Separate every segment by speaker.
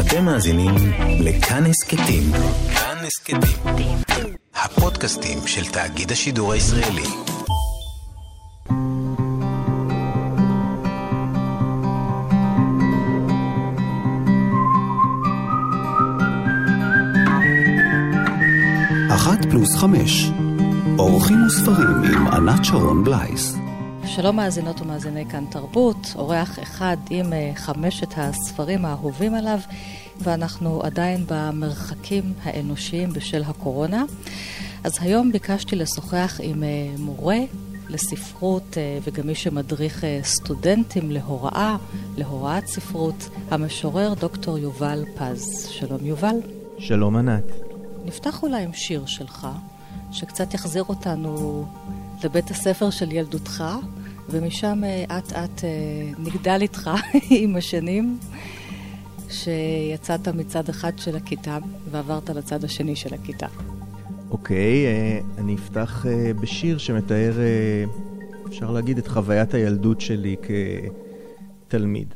Speaker 1: אתם מאזינים לכאן הסכתים. כאן הסכתים. הפודקאסטים של תאגיד השידור הישראלי. אחת פלוס 5. אורחים וספרים עם ענת שרון בלייס.
Speaker 2: שלום מאזינות ומאזיני כאן תרבות, אורח אחד עם 5 הספרים האהובים עליו, ואנחנו עדיין במרחקים האנושיים בשל הקורונה. אז היום ביקשתי לשוחח עם מורה לספרות וגם מי שמדריך סטודנטים להוראת ספרות, המשורר דוקטור יובל פז. שלום יובל.
Speaker 3: שלום ענת.
Speaker 2: נפתח אולי עם שיר שלך, שקצת יחזיר אותנו לבית הספר של ילדותך, ומשם את נגדל איתך עם השנים, שיצאת מצד אחד של הכיתה ועברת לצד השני של הכיתה.
Speaker 3: אוקיי, אני אפתח בשיר שמתאר, אפשר להגיד, את חוויית הילדות שלי כתלמיד.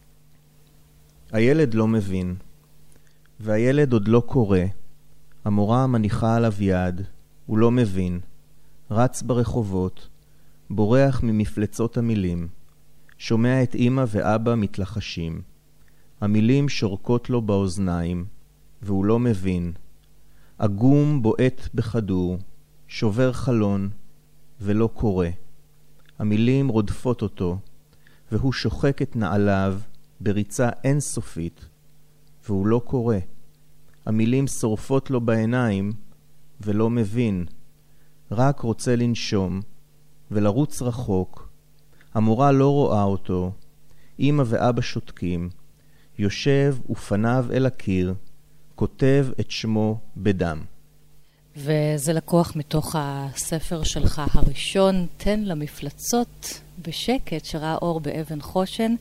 Speaker 3: הילד לא מבין, והילד עוד לא קורא. המורה מניחה עליו יד, הוא לא מבין. רץ ברחובות, בורח ממפלצות המילים, שומע את אמא ואבא מתלחשים. המילים שורקות לו באוזניים, והוא לא מבין. אגום בועט בכדור, שובר חלון, ולא קורא. המילים רודפות אותו, והוא שוחק את נעליו בריצה אינסופית, והוא לא קורא. המילים שורפות לו בעיניים, ולא מבין. רק רוצה לנשום, ולרוץ רחוק. המורה לא רואה אותו. אמא ואבא שותקים. יושב ופניו אל הקיר, כותב את שמו בדם.
Speaker 2: וזה לקוח מתוך הספר שלך הראשון, תן למפלצות בשקט, שראה אור באבן חושן.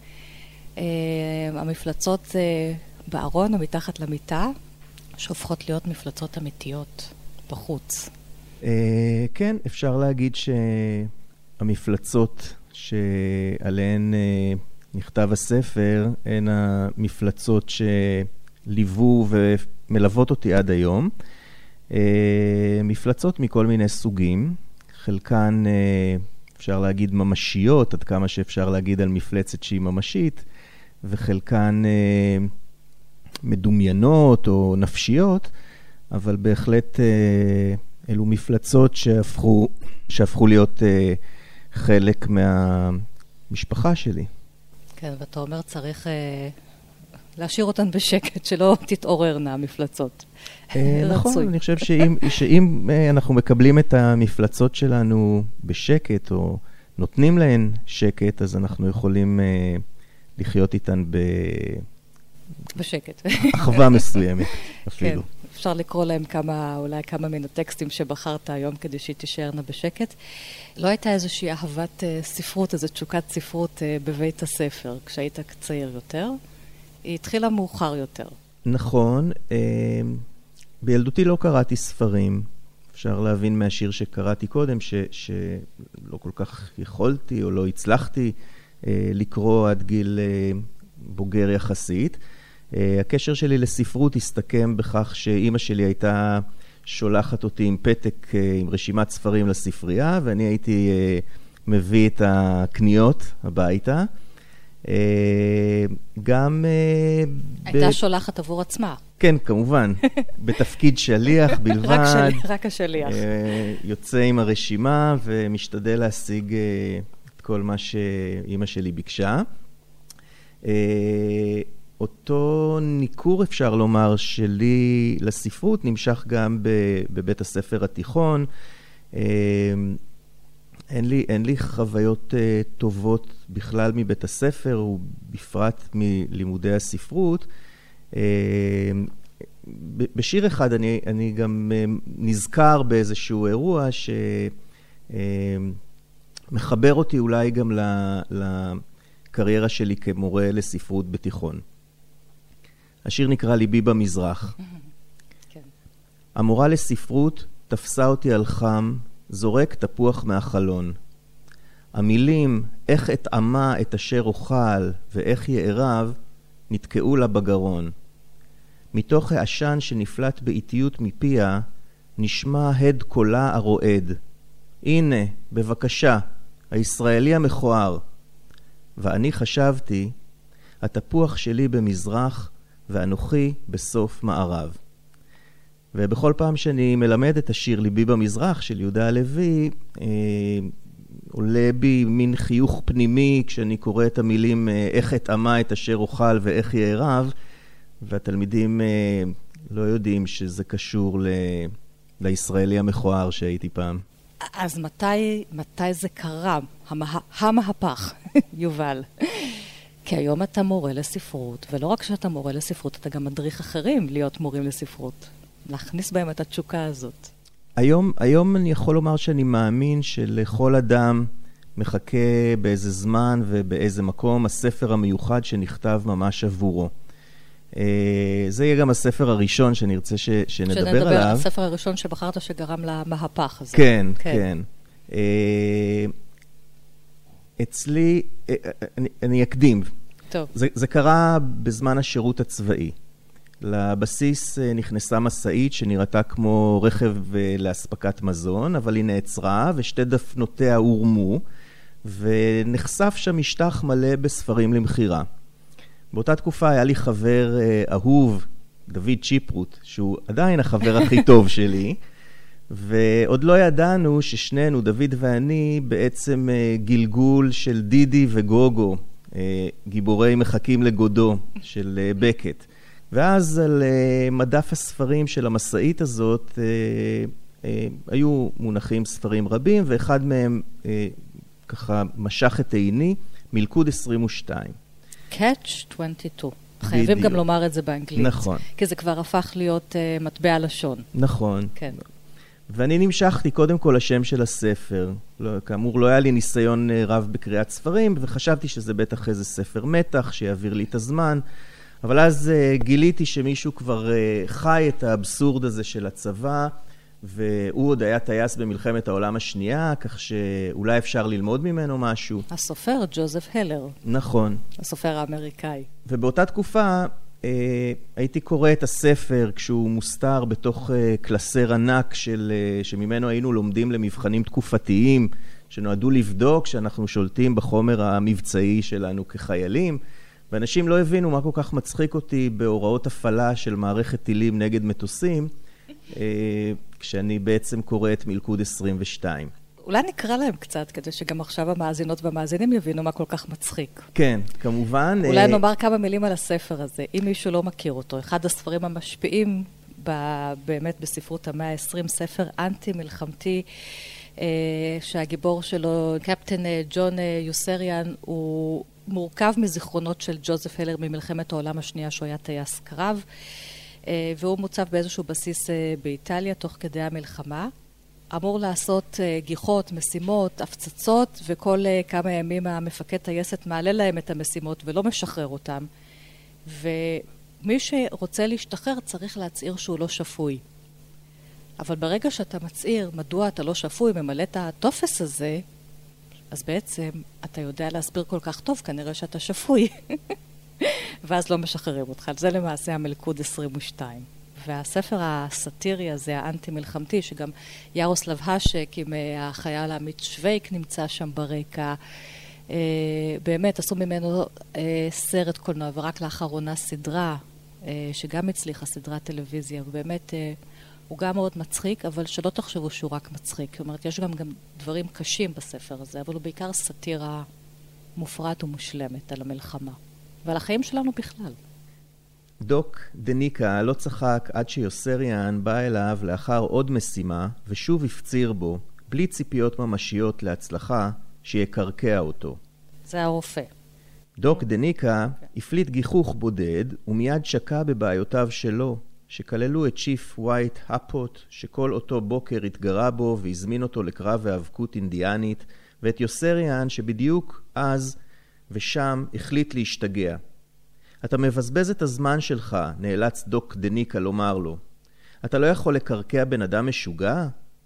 Speaker 2: המפלצות בארון או מתחת למיטה, שהופכות להיות מפלצות אמיתיות בחוץ.
Speaker 3: כן, אפשר להגיד שהמפלצות שעליהן נכתב הספר הן המפלצות שליוו ומלוות אותי עד היום. מפלצות מכל מיני סוגים, חלקן אפשר להגיד ממשיות, עד כמה שאפשר להגיד על מפלצת שהיא ממשית, וחלקן מדומיינות או נפשיות, אבל בהחלט אלו מפלצות שהפכו להיות חלק מהמשפחה שלי.
Speaker 2: כן, ואתה אומר צריך להשאיר אותן בשקט, שלא תתעוררנה המפלצות.
Speaker 3: נכון, אני חושב שאם אנחנו מקבלים את המפלצות שלנו בשקט, או נותנים להן שקט, אז אנחנו יכולים לחיות איתן
Speaker 2: בשקט.
Speaker 3: אחווה מסוימת אפילו.
Speaker 2: כן, אפשר לקרוא להם אולי כמה מן הטקסטים שבחרת היום כדי שהיא תישארנה בשקט. לא הייתה איזושהי אהבת ספרות, איזו תשוקת ספרות בבית הספר, כשהיית צעיר יותר? היא התחילה מאוחר יותר.
Speaker 3: נכון. בילדותי לא קראתי ספרים. אפשר להבין מהשיר שקראתי קודם, שלא כל כך יכולתי או לא הצלחתי לקרוא עד גיל בוגר יחסית. הקשר שלי לספרות הסתכם בכך שאימא שלי הייתה שולחת אותי עם פתק עם רשימת ספרים לספרייה, ואני הייתי מביא את הקניות הביתה. גם
Speaker 2: הייתה שולחת עבור עצמה.
Speaker 3: כן, כמובן. בתפקיד שליח בלבד.
Speaker 2: רק השליח.
Speaker 3: יוצא עם הרשימה ומשתדל להשיג את כל מה שאימא שלי ביקשה. אותו ניכור, אפשר לומר, שלי לספרות נמשך גם בבית הספר התיכון. אין לי חוויות טובות בכלל מבית הספר, ובפרט מלימודי הספרות. בשיר אחד אני גם נזכר באיזשהו אירוע שמחבר אותי אולי גם לקריירה שלי כמורה לספרות בתיכון. השיר נקרא ליבי במזרח.
Speaker 2: כן.
Speaker 3: המורה לספרות תפסה אותי על חם, זורק תפוח מהחלון. המילים איך אטעמה את אשר אוכל ואיך יערב נתקעו לה בגרון. מתוך העשן שנפלט באיטיות מפיה, נשמע הד קולה הרועד. הנה, בבקשה, הישראלי המכוער. ואני חשבתי, התפוח שלי במזרח ואנוכי בסוף מערב. ובכל פעם שאני מלמד את השיר ליבי במזרח של יהודה הלוי, עולה בי מין חיוך פנימי כשאני קורא את המילים איך אטעמה את אשר אוכל ואיך יערב, והתלמידים לא יודעים שזה קשור לישראלי המכוער שהייתי פעם.
Speaker 2: אז מתי זה קרה? המהפך, יובל. כי היום אתה מורה לספרות, ולא רק שאתה מורה לספרות, אתה גם מדריך אחרים להיות מורים לספרות. להכניס בהם את התשוקה הזאת.
Speaker 3: היום אני יכול לומר שאני מאמין שלכל אדם מחכה באיזה זמן ובאיזה מקום הספר המיוחד שנכתב ממש עבורו. זה יהיה גם הספר הראשון שנרצה שנדבר עליו.
Speaker 2: הספר הראשון שבחרת שגרם למהפך הזה.
Speaker 3: כן, כן. אצלי, אני אקדים.
Speaker 2: טוב.
Speaker 3: זה קרה בזמן השירות הצבאי. לבסיס נכנסה מסעית שנראתה כמו רכב להספקת מזון, אבל היא נעצרה ושתי דפנותיה הורמו, ונחשף שם משטח מלא בספרים למחירה. באותה תקופה היה לי חבר אהוב, דוד צ'יפרוט, שהוא עדיין החבר הכי טוב שלי, ועוד לא ידענו ששנינו, דוד ואני, בעצם גלגול של דידי וגוגו, גיבורי מחכים לגודו של בקט. ואז על מדף הספרים של המסעית הזאת היו מונחים ספרים רבים, ואחד מהם ככה משך את עיני, מלכוד 22.
Speaker 2: Catch 22. חייבים גם לומר את זה באנגלית.
Speaker 3: נכון.
Speaker 2: כי זה כבר הפך להיות מטבע לשון.
Speaker 3: נכון.
Speaker 2: כן.
Speaker 3: ואני נמשכתי קודם כל לשם של הספר. כאמור, לא היה לי ניסיון רב בקריאת ספרים, וחשבתי שזה בטח איזה ספר מתח שיעביר לי את הזמן. אבל אז גיליתי שמישהו כבר חי את האבסורד הזה של הצבא, והוא עוד היה טייס במלחמת העולם השנייה, כך שאולי אפשר ללמוד ממנו משהו.
Speaker 2: הסופר ג'וזף הלר.
Speaker 3: נכון.
Speaker 2: הסופר האמריקאי.
Speaker 3: ובאותה תקופה הייתי קורא את הספר כשהוא מוסתר בתוך קלסר ענק שממנו היינו לומדים למבחנים תקופתיים, שנועדו לבדוק שאנחנו שולטים בחומר המבצעי שלנו כחיילים, ואנשים לא הבינו מה כל כך מצחיק אותי בהוראות הפעלה של מערכת טילים נגד מטוסים, כשאני בעצם קורא את מלכוד 22.
Speaker 2: אולי נקרא להם קצת, כדי שגם עכשיו המאזינות והמאזינים יבינו מה כל כך מצחיק.
Speaker 3: כן, כמובן.
Speaker 2: אולי נאמר כמה מילים על הספר הזה, אם מישהו לא מכיר אותו. אחד הספרים המשפיעים באמת בספרות המאה ה-20, ספר אנטי-מלחמתי, שהגיבור שלו, קפטן ג'ון יוסריאן, הוא מורכב מזיכרונות של ג'וזף הלר ממלחמת העולם השנייה, שהוא היה טייס קרב, והוא מוצב באיזשהו בסיס באיטליה תוך כדי המלחמה. אמור לעשות גיחות, משימות, הפצצות, וכל כמה ימים המפקד טייסת מעלה להם את המשימות ולא משחרר אותם. ומי שרוצה להשתחרר צריך להצעיר שהוא לא שפוי. אבל ברגע שאתה מצעיר מדוע אתה לא שפוי, ממלא את הטופס הזה, אז בעצם אתה יודע להסביר כל כך טוב, כנראה שאתה שפוי. ואז לא משחררים אותך. זה למעשה המלכוד 22. והספר הסאטירי הזה, האנטי-מלחמתי, שגם ירוסלב השק עם החייל עמית שווייק נמצא שם ברקע, באמת עשו ממנו סרט קולנוע, ורק לאחרונה סדרה, שגם הצליחה סדרת טלוויזיה, ובאמת הוא גם מאוד מצחיק, אבל שלא תחשבו שהוא רק מצחיק. זאת אומרת, יש גם דברים קשים בספר הזה, אבל הוא בעיקר סאטירה מופרעת ומושלמת על המלחמה, ועל החיים שלנו בכלל.
Speaker 3: דוק דניקה לא צחק עד שיוסריאן בא אליו לאחר עוד משימה, ושוב הפציר בו, בלי ציפיות ממשיות להצלחה, שיקרקע אותו.
Speaker 2: זה הרופא.
Speaker 3: דוק דניקה הפליט גיחוך בודד, ומיד שקע בבעיותיו שלו, שכללו את צ'יף ווייט הפוט, שכל אותו בוקר התגרה בו והזמין אותו לקרב והאבקות אינדיאנית, ואת יוסריאן שבדיוק אז ושם החליט להשתגע. אתה מבזבז את הזמן שלך, נאלץ דוק דניקה לומר לו. אתה לא יכול לקרקע בן אדם משוגע?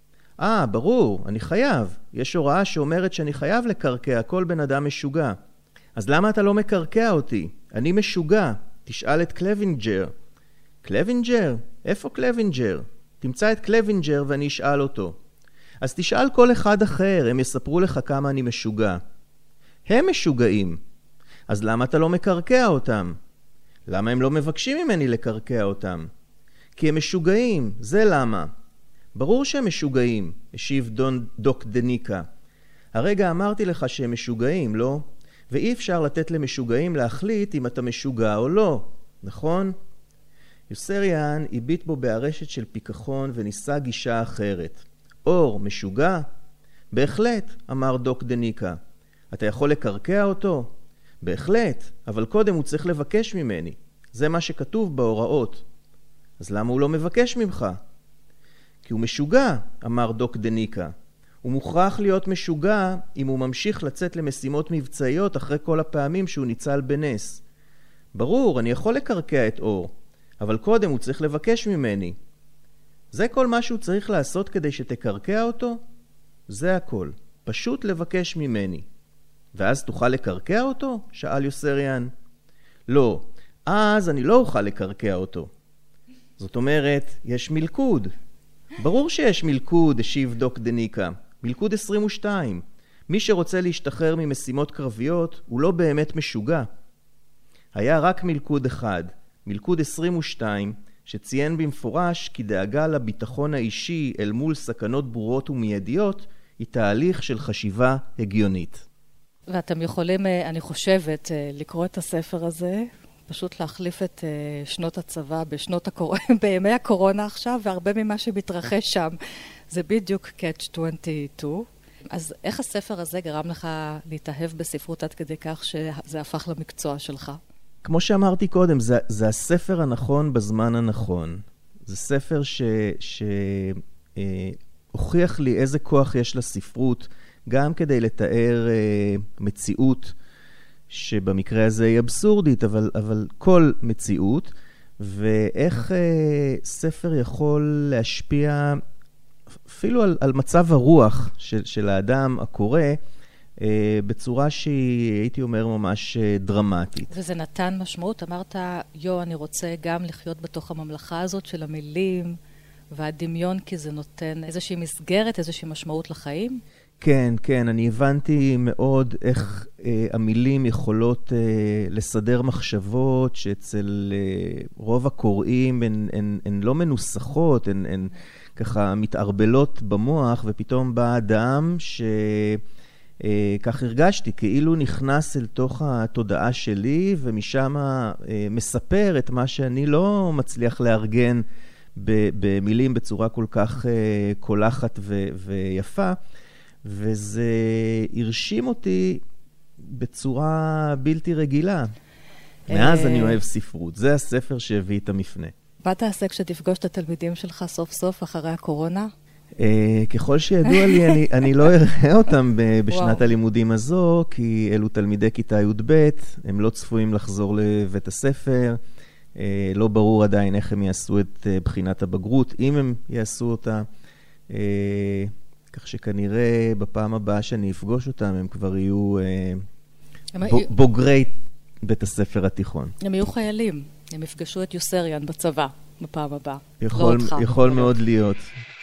Speaker 3: ברור, אני חייב. יש הוראה שאומרת שאני חייב לקרקע כל בן אדם משוגע. אז למה אתה לא מקרקע אותי? אני משוגע. תשאל את קלווינג'ר. קלווינג'ר? איפה קלווינג'ר? תמצא את קלווינג'ר ואני אשאל אותו. אז תשאל כל אחד אחר, הם יספרו לך כמה אני משוגע. הם משוגעים. אז למה אתה לא מקרקע אותם? למה הם לא מבקשים ממני לקרקע אותם? כי הם משוגעים, זה למה. ברור שהם משוגעים, השיב דוק דניקה. הרגע אמרתי לך שהם משוגעים, לא? ואי אפשר לתת למשוגעים להחליט אם אתה משוגע או לא, נכון? יוסריאן הביט בו בארשת של פיקחון וניסה גישה אחרת. אור, משוגע? בהחלט, אמר דוק דניקה. אתה יכול לקרקע אותו? בהחלט, אבל קודם הוא צריך לבקש ממני. זה מה שכתוב בהוראות. אז למה הוא לא מבקש ממך? כי הוא משוגע, אמר דוק דניקה. הוא מוכרח להיות משוגע אם הוא ממשיך לצאת למשימות מבצעיות אחרי כל הפעמים שהוא ניצל בנס. ברור, אני יכול לקרקע את אור, אבל קודם הוא צריך לבקש ממני. זה כל מה שהוא צריך לעשות כדי שתקרקע אותו? זה הכל, פשוט לבקש ממני. ואז תוכל לקרקע אותו? שאל יוסריאן. לא, אז אני לא אוכל לקרקע אותו. זאת אומרת, יש מלכוד. ברור שיש מלכוד, השיב דוק דניקה. מלכוד 22. מי שרוצה להשתחרר ממשימות קרביות הוא לא באמת משוגע. היה רק מלכוד אחד, מלכוד 22, שציין במפורש כי דאגה לביטחון האישי אל מול סכנות ברורות ומיידיות היא תהליך של חשיבה הגיונית.
Speaker 2: ואתם יכולים, אני חושבת, לקרוא את הספר הזה, פשוט להחליף את שנות הצבא בימי הקורונה עכשיו, והרבה ממה שמתרחש שם זה בדיוק Catch 22. אז איך הספר הזה גרם לך להתאהב בספרות עד כדי כך שזה הפך למקצוע שלך?
Speaker 3: כמו שאמרתי קודם, זה הספר הנכון בזמן הנכון. זה ספר שהוכיח לי איזה כוח יש לספרות, גם כדי לתאר מציאות שבמקרה הזה היא אבסורדית, אבל כל מציאות, ואיך ספר יכול להשפיע אפילו על מצב הרוח של האדם הקורא, בצורה שהיא, הייתי אומר, ממש דרמטית.
Speaker 2: וזה נתן משמעות, אמרת, אני רוצה גם לחיות בתוך הממלכה הזאת של המילים והדמיון, כי זה נותן איזושהי מסגרת, איזושהי משמעות לחיים?
Speaker 3: כן, כן, אני הבנתי מאוד איך המילים יכולות לסדר מחשבות שאצל רוב הקוראים הן לא מנוסחות, הן ככה מתערבלות במוח, ופתאום בא אדם כך הרגשתי, כאילו נכנס אל תוך התודעה שלי, ומשם מספר את מה שאני לא מצליח לארגן במילים בצורה כל כך קולחת ויפה, וזה הרשים אותי בצורה בלתי רגילה. מאז אני אוהב ספרות. זה הספר שהביא את המפנה.
Speaker 2: מה תעשה כשתפגוש את התלמידים שלך סוף סוף אחרי הקורונה?
Speaker 3: ככל שידוע לי, אני לא אראה אותם בשנת הלימודים הזו, כי אלו תלמידי כיתה י"ב, הם לא צפויים לחזור לבית הספר, לא ברור עדיין איך הם יעשו את בחינת הבגרות, אם הם יעשו אותה, כך שכנראה בפעם הבאה שאני אפגוש אותם, הם כבר יהיו בוגרי בית הספר התיכון.
Speaker 2: הם יהיו חיילים, הם יפגשו את יוסריאן בצבא בפעם הבאה.
Speaker 3: יכול מאוד להיות.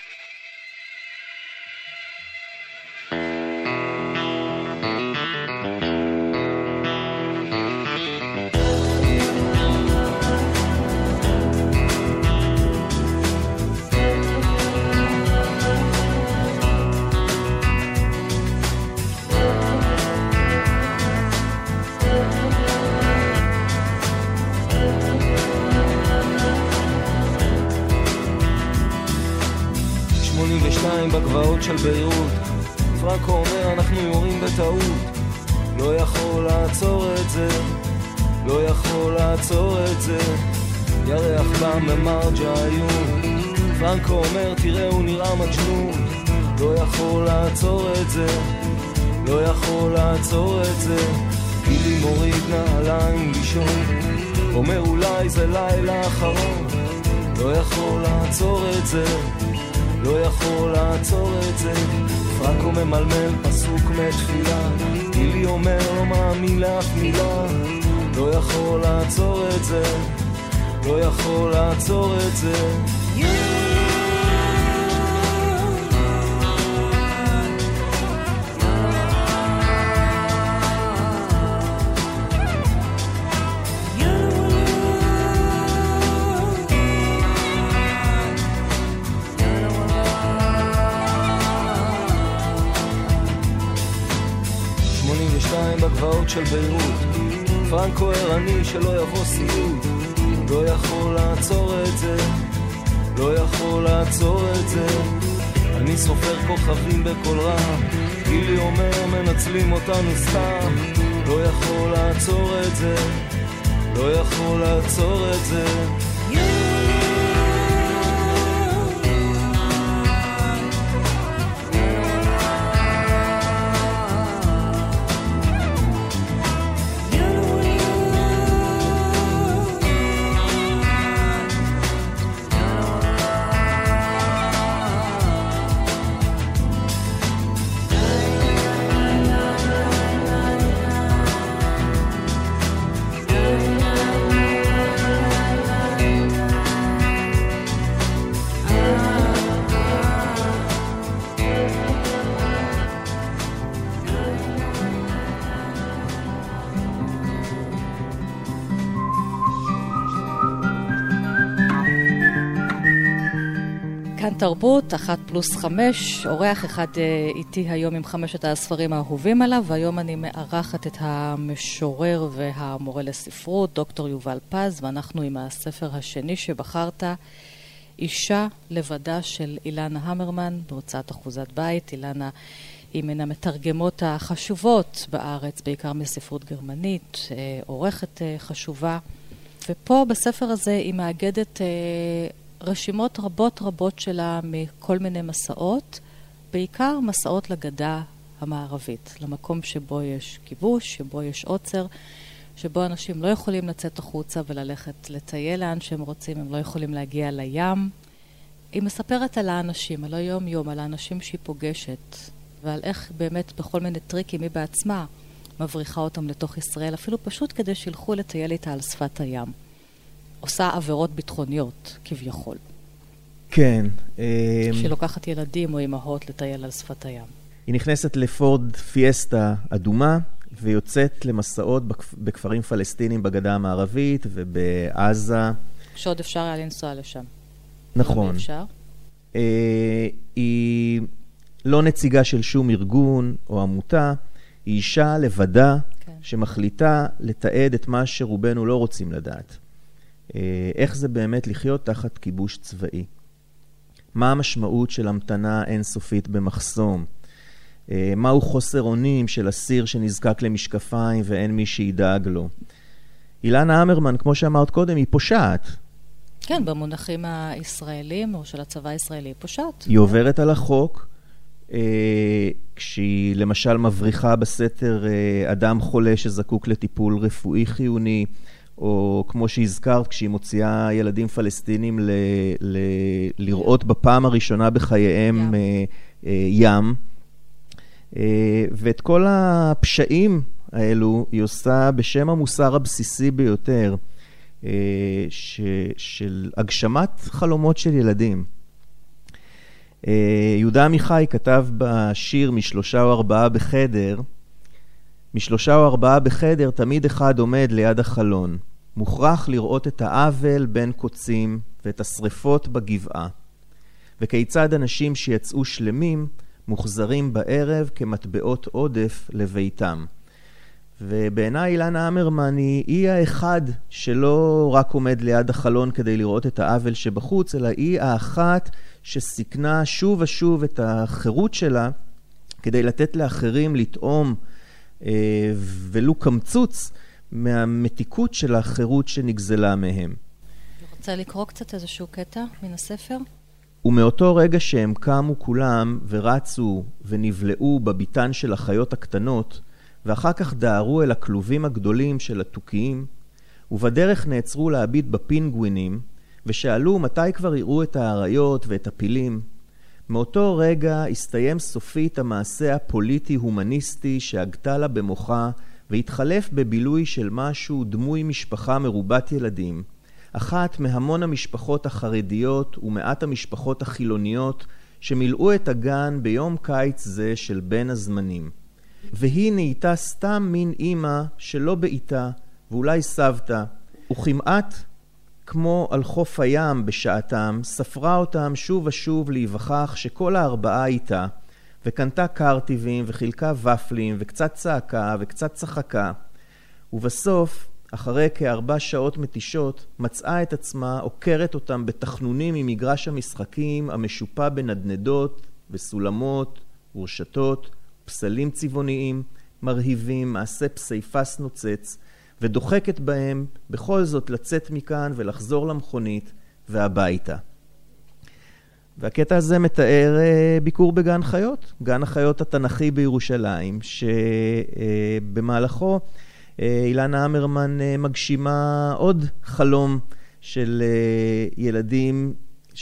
Speaker 4: בגבעות של ביירות, פרנקו אומר אנחנו יורים בטעות, לא יכול לעצור את זה, לא יכול לעצור את זה, ירח בא ממרג'ה איום, פרנקו אומר תראה הוא נראה מג'נון, לא יכול לעצור את זה, לא יכול לעצור את זה, גילי מוריד נעליים לישון, אומר אולי זה לילה אחרון, לא יכול לעצור את זה, לא יכול לעצור את זה, פרנקו ממלמל פסוק מתפילה, גילי אומר לא מאמין לאף מילה, לא יכול לעצור את זה, לא יכול לעצור את זה. בגבעות של ביירות, פרנקו ערני שלא יבוא סיוט, לא יכול לעצור את זה, לא יכול לעצור את זה. אני סופר כוכבים בכל רע, גילי אומר מנצלים אותנו סתם, לא יכול לעצור את זה, לא יכול לעצור את זה.
Speaker 2: כאן תרבות, 1+5, אורח אחד איתי היום עם 5 הספרים האהובים עליו, והיום אני מארחת את המשורר והמורה לספרות, דוקטור יובל פז, ואנחנו עם הספר השני שבחרת, אישה לבדה של אילנה המרמן, בהוצאת אחוזת בית. אילנה היא מן המתרגמות החשובות בארץ, בעיקר מספרות גרמנית, עורכת חשובה, ופה בספר הזה היא מאגדת רשימות רבות שלה מכל מיני מסעות, בעיקר מסעות לגדה המערבית, למקום שבו יש כיבוש, שבו יש עוצר, שבו אנשים לא יכולים לצאת החוצה וללכת לטייל לאן שהם רוצים, הם לא יכולים להגיע לים. היא מספרת על האנשים, על היום יום, על האנשים שהיא פוגשת, ועל איך באמת בכל מיני טריקים היא בעצמה מבריחה אותם לתוך ישראל, אפילו פשוט כדי שילכו לטייל איתה על שפת הים. עושה עבירות ביטחוניות, כביכול.
Speaker 3: כן.
Speaker 2: שהיא לוקחת ילדים או אמהות לטייל על שפת הים.
Speaker 3: היא נכנסת לפורד פיאסטה אדומה, ויוצאת למסעות בכפרים פלסטינים בגדה המערבית ובעזה.
Speaker 2: שעוד אפשר היה לנסוע לשם.
Speaker 3: נכון.
Speaker 2: אפשר?
Speaker 3: היא לא נציגה של שום ארגון או עמותה, היא אישה לבדה שמחליטה לתעד את מה שרובנו לא רוצים לדעת. איך זה באמת לחיות תחת כיבוש צבאי? מה המשמעות של המתנה אינסופית במחסום? מהו חוסר אונים של אסיר שנזקק למשקפיים ואין מי שידאג לו? אילנה המרמן, כמו שאמרת קודם, היא פושעת.
Speaker 2: כן, במונחים הישראלים או של הצבא הישראלי, היא פושעת.
Speaker 3: היא עוברת על החוק, כשהיא למשל מבריחה בסתר אדם חולה שזקוק לטיפול רפואי חיוני, או כמו שהזכרת, כשהיא מוציאה ילדים פלסטינים לראות בפעם הראשונה בחייהם ים. ואת כל הפשעים האלו היא עושה בשם המוסר הבסיסי ביותר, של הגשמת חלומות של ילדים. יהודה עמיחי כתב בשיר משלושה או ארבעה בחדר, משלושה או ארבעה בחדר תמיד אחד עומד ליד החלון, מוכרח לראות את העוול בין קוצים ואת השריפות בגבעה, וכיצד אנשים שיצאו שלמים מוחזרים בערב כמטבעות עודף לביתם. ובעיניי אילנה המרמן היא האחד שלא רק עומד ליד החלון כדי לראות את העוול שבחוץ, אלא היא האחת שסיכנה שוב ושוב את החירות שלה כדי לתת לאחרים לטעום ולו קמצוץ מהמתיקות של החירות שנגזלה מהם.
Speaker 2: רוצה לקרוא קצת איזשהו קטע מן הספר?
Speaker 3: ומאותו רגע שהם קמו כולם ורצו ונבלעו בביתן של החיות הקטנות, ואחר כך דהרו אל הכלובים הגדולים של התוכיים, ובדרך נעצרו להביט בפינגווינים, ושאלו מתי כבר יראו את האריות ואת הפילים. מאותו רגע הסתיים סופית המעשה הפוליטי-הומניסטי שהגתה לה במוחה, והתחלף בבילוי של משהו דמוי משפחה מרובת ילדים, אחת מהמון המשפחות החרדיות ומעט המשפחות החילוניות שמילאו את הגן ביום קיץ זה של בין הזמנים. והיא נהייתה סתם מין אמא שלא בעיתה ואולי סבתא, וכמעט כמו על חוף הים בשעתם, ספרה אותם שוב ושוב להיווכח שכל הארבעה איתה, וקנתה קרטיבים וחילקה ופלים וקצת צעקה וקצת צחקה, ובסוף, אחרי כ4 שעות מתישות, מצאה את עצמה עוקרת אותם בתכנונים ממגרש המשחקים המשופע בנדנדות, בסולמות, ורשתות, פסלים צבעוניים, מרהיבים, מעשה פסיפס נוצץ, ודוחקת בהם בכל זאת לצאת מכאן ולחזור למכונית והביתה. והקטע הזה מתאר ביקור בגן חיות, גן החיות התנ"כי בירושלים, שבמהלכו אילנה אמרמן מגשימה עוד חלום של ילדים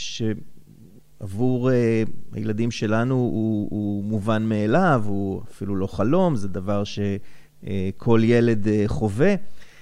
Speaker 3: שעבור הילדים שלנו הוא מובן מאליו, הוא אפילו לא חלום, זה דבר שכל ילד חווה,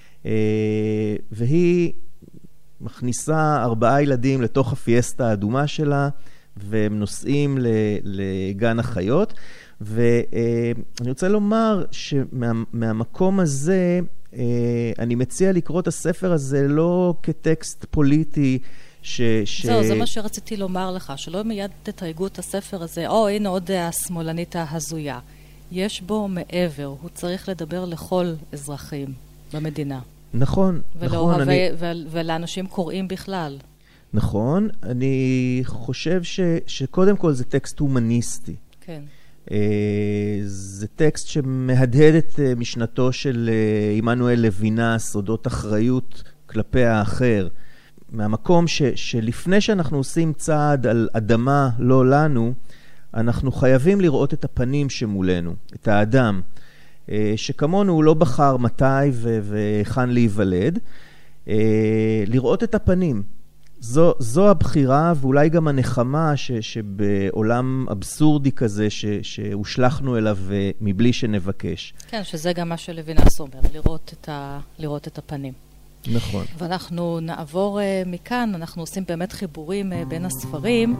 Speaker 3: והיא מכניסה 4 ילדים לתוך הפיאסטה האדומה שלה, והם נוסעים לגן החיות, ואני רוצה לומר שמהמקום הזה, אני מציע לקרוא את הספר הזה לא כטקסט פוליטי,
Speaker 2: זהו, זה מה שרציתי לומר לך, שלא מיד תתייגו את הספר הזה, הנה עוד השמאלנית ההזויה. יש בו מעבר, הוא צריך לדבר לכל אזרחים במדינה.
Speaker 3: נכון, נכון.
Speaker 2: ולאנשים קוראים בכלל.
Speaker 3: נכון, אני חושב שקודם כל זה טקסט הומניסטי.
Speaker 2: כן.
Speaker 3: זה טקסט שמהדהד את משנתו של עמנואל לוינה, סודות אחריות כלפי האחר. מהמקום שלפני שאנחנו עושים צעד על אדמה לא לנו, אנחנו חייבים לראות את הפנים שמולנו, את האדם, שכמונו הוא לא בחר מתי וכאן להיוולד, לראות את הפנים. זו הבחירה ואולי גם הנחמה שבעולם אבסורדי כזה שהושלחנו אליו מבלי שנבקש.
Speaker 2: כן, שזה גם מה שלוינס אומר, לראות את הפנים.
Speaker 3: נכון.
Speaker 2: ואנחנו נעבור מכאן, אנחנו עושים באמת חיבורים בין הספרים.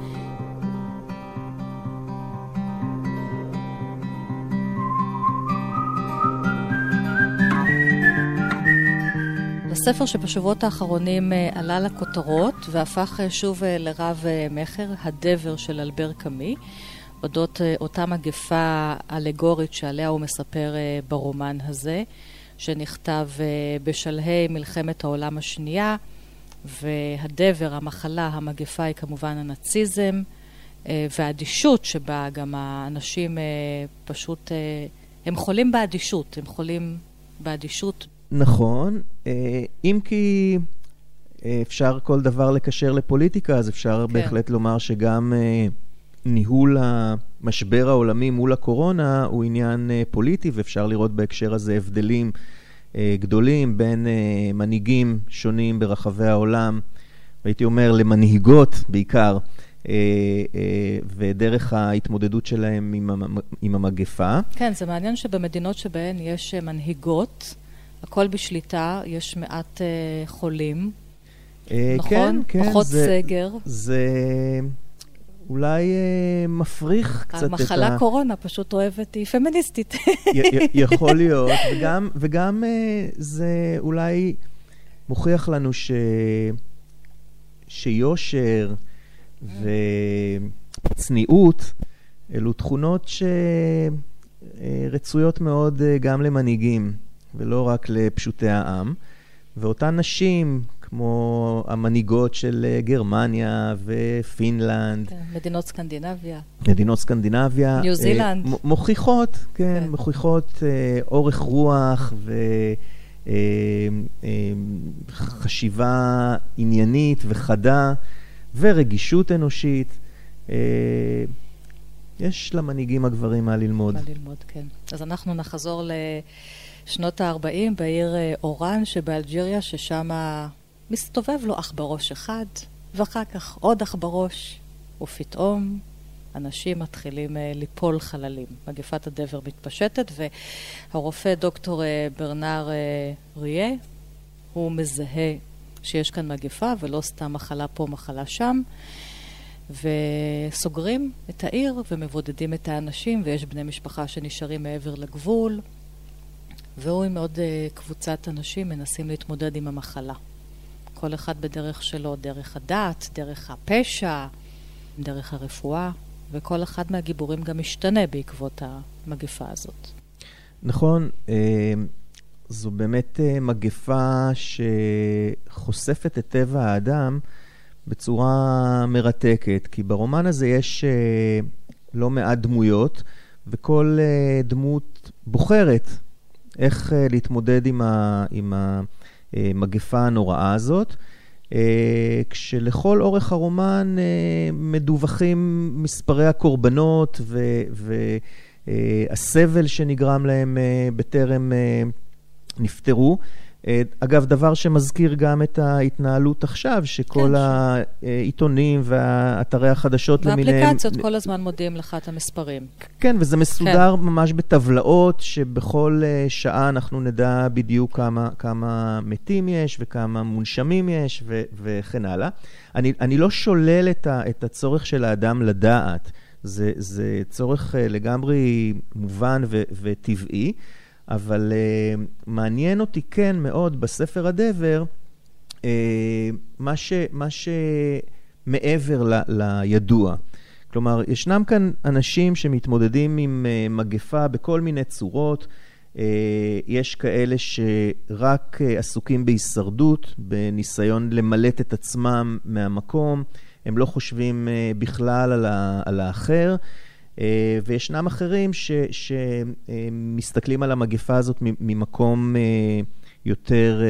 Speaker 2: הספר שבשבועות האחרונים עלה לכותרות והפך שוב לרב מחר, הדבר של אלבר קאמי, אודות אותה מגפה אלגורית שעליה הוא מספר ברומן הזה, שנכתב בשלהי מלחמת העולם השנייה, והדבר, המחלה, המגפה היא כמובן הנאציזם, והאדישות שבה גם האנשים פשוט, הם חולים באדישות,
Speaker 3: נכון, אם כי אפשר כל דבר לקשר לפוליטיקה, אז אפשר בהחלט לומר שגם ניהול המשבר העולמי מול הקורונה הוא עניין פוליטי, ואפשר לראות בהקשר הזה הבדלים גדולים בין מנהיגים שונים ברחבי העולם, והייתי אומר למנהיגות בעיקר, ודרך ההתמודדות שלהם עם המגפה.
Speaker 2: כן, זה מעניין שבמדינות שבהן יש מנהיגות, הכל בשליטה, יש מעט חולים, נכון?
Speaker 3: כן,
Speaker 2: פחות סגר.
Speaker 3: זה אולי מפריך קצת את
Speaker 2: המחלה קורונה פשוט אוהבת, היא פמיניסטית.
Speaker 3: יכול להיות, וגם זה אולי מוכיח לנו שיושר וצניעות אלו תכונות שרצויות מאוד גם למנהיגים, ולא רק לפשוטי העם, ואותן נשים, כמו המנהיגות של גרמניה ופינלנד.
Speaker 2: כן,
Speaker 3: מדינות סקנדינביה.
Speaker 2: ניו זילנד.
Speaker 3: מוכיחות, כן, מוכיחות אורך רוח וחשיבה עניינית וחדה, ורגישות אנושית. יש למנהיגים הגברים מה ללמוד.
Speaker 2: מה ללמוד, כן. אז אנחנו נחזור לשנות ה-40 בעיר אורן שבאלג'יריה, ששם מסתובב לו אחברוש אחד, ואחר כך עוד אחברוש, ופתאום אנשים מתחילים ליפול חללים. מגפת הדבר מתפשטת, והרופא דוקטור ברנר ריה, הוא מזהה שיש כאן מגפה ולא סתם מחלה פה, מחלה שם, וסוגרים את העיר ומבודדים את האנשים, ויש בני משפחה שנשארים מעבר לגבול, והוא עם עוד קבוצת אנשים מנסים להתמודד עם המחלה. כל אחד בדרך שלו, דרך הדת, דרך הפשע, דרך הרפואה, וכל אחד מהגיבורים גם משתנה בעקבות המגפה הזאת.
Speaker 3: נכון, זו באמת מגפה שחושפת את טבע האדם בצורה מרתקת, כי ברומן הזה יש לא מעט דמויות, וכל דמות בוחרת איך להתמודד עם המגפה הנוראה הזאת, כשלכל אורך הרומן מדווחים מספרי הקורבנות והסבל שנגרם להם בטרם נפטרו. אגב, דבר שמזכיר גם את ההתנהלות עכשיו, שכל העיתונים והאתרי החדשות למיניהם...
Speaker 2: והאפליקציות כל הזמן מודיעים לך את המספרים.
Speaker 3: כן, וזה מסודר ממש בטבלאות, שבכל שעה אנחנו נדע בדיוק כמה מתים יש, וכמה מונשמים יש, וכן הלאה. אני לא שולל את הצורך של האדם לדעת. זה צורך לגמרי מובן וטבעי, אבל מעניין אותי כן מאוד בספר הדבר, מה שמעבר לידוע. כלומר, ישנם כאן אנשים שמתמודדים עם מגפה בכל מיני צורות, יש כאלה שרק עסוקים בהישרדות, בניסיון למלט את עצמם מהמקום, הם לא חושבים בכלל על האחר, וישנם אחרים שמסתכלים על המגפה הזאת ממקום יותר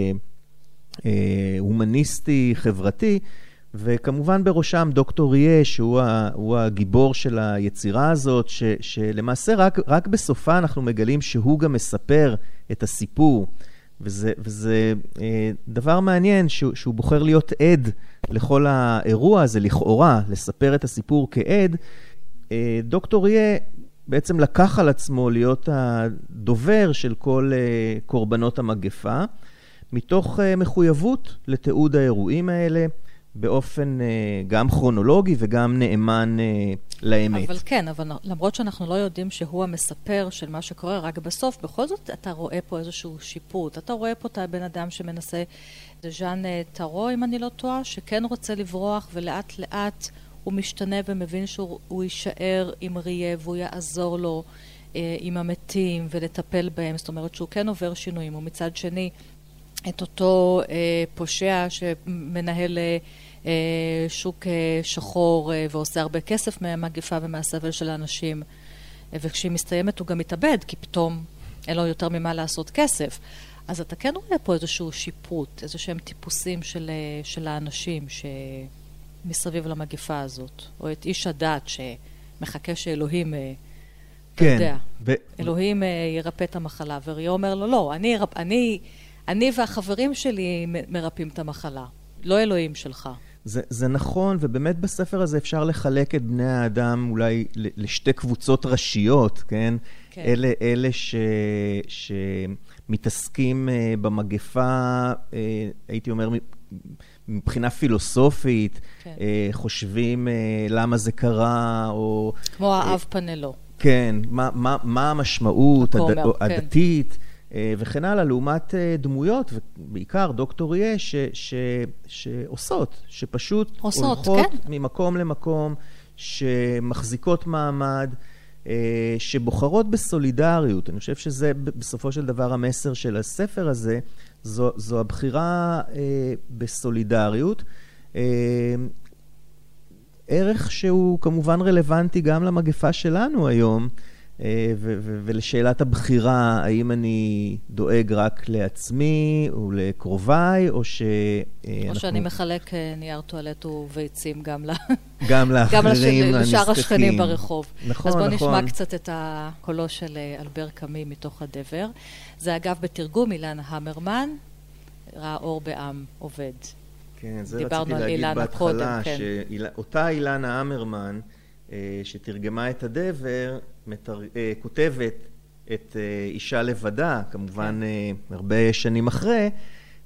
Speaker 3: הומניסטי, חברתי, וכמובן בראשם דוקטור ריה, שהוא הגיבור של היצירה הזאת, שלמעשה רק בסופה אנחנו מגלים שהוא גם מספר את הסיפור, וזה דבר מעניין שהוא בוחר להיות עד לכל האירוע הזה, לכאורה, לספר את הסיפור כעד. דוקטור ריה בעצם לקח על עצמו להיות הדובר של כל קורבנות המגפה, מתוך מחויבות לתיעוד האירועים האלה, באופן גם כרונולוגי וגם נאמן לאמת.
Speaker 2: אבל כן, אבל למרות שאנחנו לא יודעים שהוא המספר של מה שקורה רק בסוף, בכל זאת אתה רואה פה איזשהו שיפוט. אתה רואה פה את הבן אדם שמנסה, זה ז'אן טרו, אם אני לא טועה, שכן רוצה לברוח ולאט לאט הוא משתנה ומבין שהוא יישאר עם ריה והוא יעזור לו עם המתים ולטפל בהם. זאת אומרת שהוא כן עובר שינויים. ומצד שני, את אותו פושע שמנהל שוק שחור ועושה הרבה כסף מהמגפה ומהסבל של האנשים, וכשהיא מסתיימת הוא גם מתאבד, כי פתאום אין לו יותר ממה לעשות כסף. אז אתה כן רואה פה איזשהו שיפוט, איזשהם טיפוסים של האנשים שמסביב למגפה הזאת, או את איש הדת שמחכה שאלוהים, אתה יודע, אלוהים ירפא את המחלה, וריה אומר לו, לא, אני והחברים שלי מרפאים את המחלה, לא אלוהים שלך.
Speaker 3: זה נכון, ובאמת בספר הזה אפשר לחלק את בני האדם אולי לשתי קבוצות ראשיות, כן? כן. אלה שמתעסקים במגפה, הייתי אומר, מבחינה פילוסופית, כן. חושבים למה זה קרה, או...
Speaker 2: כמו האב פנלו.
Speaker 3: כן, מה המשמעות הדתית, וכן הלאה, לעומת דמויות, ובעיקר דוקטור ריה, שעושות, שפשוט הולכות ממקום למקום, שמחזיקות מעמד, שבוחרות בסולידריות. אני חושב שזה בסופו של דבר המסר של הספר הזה, זו הבחירה בסולידריות. ערך שהוא כמובן רלוונטי גם למגפה שלנו היום, ולשאלת הבחירה, האם אני דואג רק לעצמי או לקרוביי, או
Speaker 2: שאני מחלק נייר טואלט וביצים גם
Speaker 3: לאחרים,
Speaker 2: לשאר השכנים ברחוב.
Speaker 3: נכון,
Speaker 2: אז בואו נשמע קצת את הקולו של אלבר קאמי מתוך הדבר. זה אגב בתרגום אילנה המרמן, ראה אור בעם עובד.
Speaker 3: כן, זה רציתי להגיד בהתחלה, שאותה אילנה המרמן, שתרגמה את הדבר, כותבת את אישה לבדה, כמובן הרבה שנים אחרי,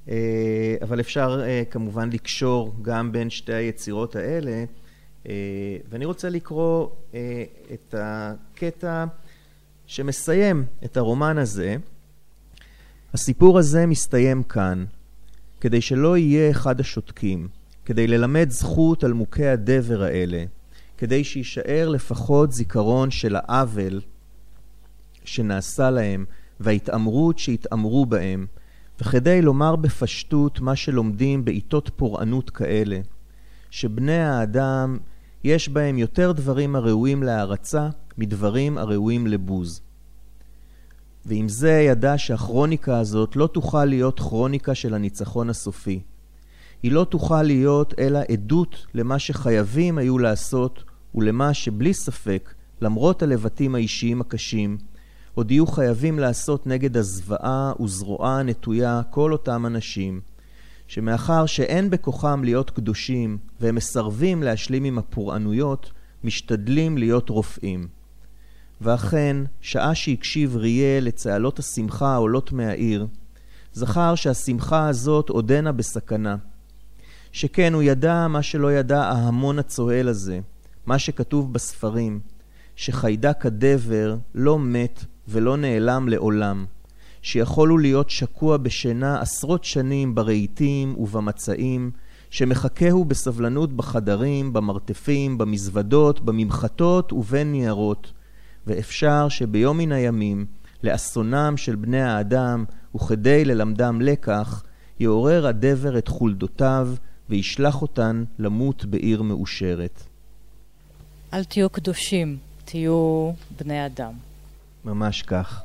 Speaker 3: אבל אפשר כמובן לקשור גם בין שתי היצירות האלה, ואני רוצה לקרוא את הקטע שמסיים את הרומן הזה. הסיפור הזה מסתיים כאן, כדי שלא יהיה אחד השותקים, כדי ללמד זכות על מוכי הדבר האלה, כדי שישאר לפחות זיכרון של העוול שנעשה להם וההתאמרות שהתאמרו בהם, וכדי לומר בפשטות מה שלומדים בעיתות פורענות כאלה, שבני האדם יש בהם יותר דברים הראויים להערצה מדברים הראויים לבוז. ועם זה ידע שהכרוניקה הזאת לא תוכל להיות כרוניקה של הניצחון הסופי. היא לא תוכל להיות אלא עדות למה שחייבים היו לעשות ולמה שבלי ספק, למרות הלבטים האישיים הקשים, עוד יהיו חייבים לעשות נגד הזוועה וזרועה נטויה כל אותם אנשים, שמאחר שאין בכוחם להיות קדושים והם מסרבים להשלים עם הפורענויות, משתדלים להיות רופאים. ואכן, שעה שהקשיב ריה לצהלות השמחה העולות מהעיר, זכר שהשמחה הזאת עודנה בסכנה. שכן הוא ידע מה שלא ידע ההמון הצוהל הזה, מה שכתוב בספרים, שחיידק הדבר לא מת ולא נעלם לעולם, שיכולו להיות שקוע בשינה עשרות שנים ברהיטים ובמצעים, שמחכהו בסבלנות בחדרים, במרתפים, במזוודות, בממחטות ובין ניירות, ואפשר שביום מן הימים, לאסונם של בני האדם, וכדי ללמדם לקח, יעורר הדבר את חולדותיו, וישלח אותן למות בעיר מאושרת.
Speaker 2: אל תהיו קדושים, תהיו בני אדם.
Speaker 3: ממש כך.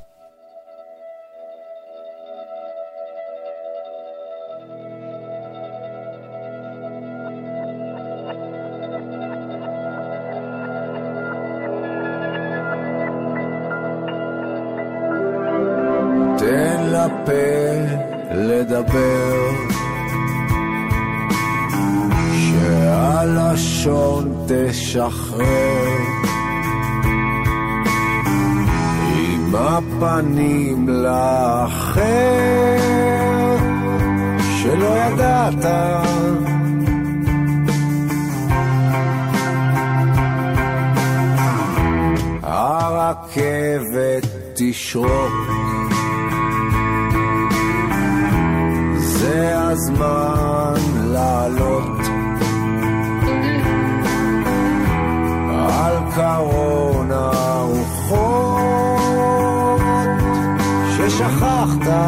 Speaker 4: תן לפה לדבר, שהלשון תשחרר, עם הפנים לאחר שלא ידעת. הרכבת תשרוק, זה הזמן לעלות על קרון הרוחות ששכחת.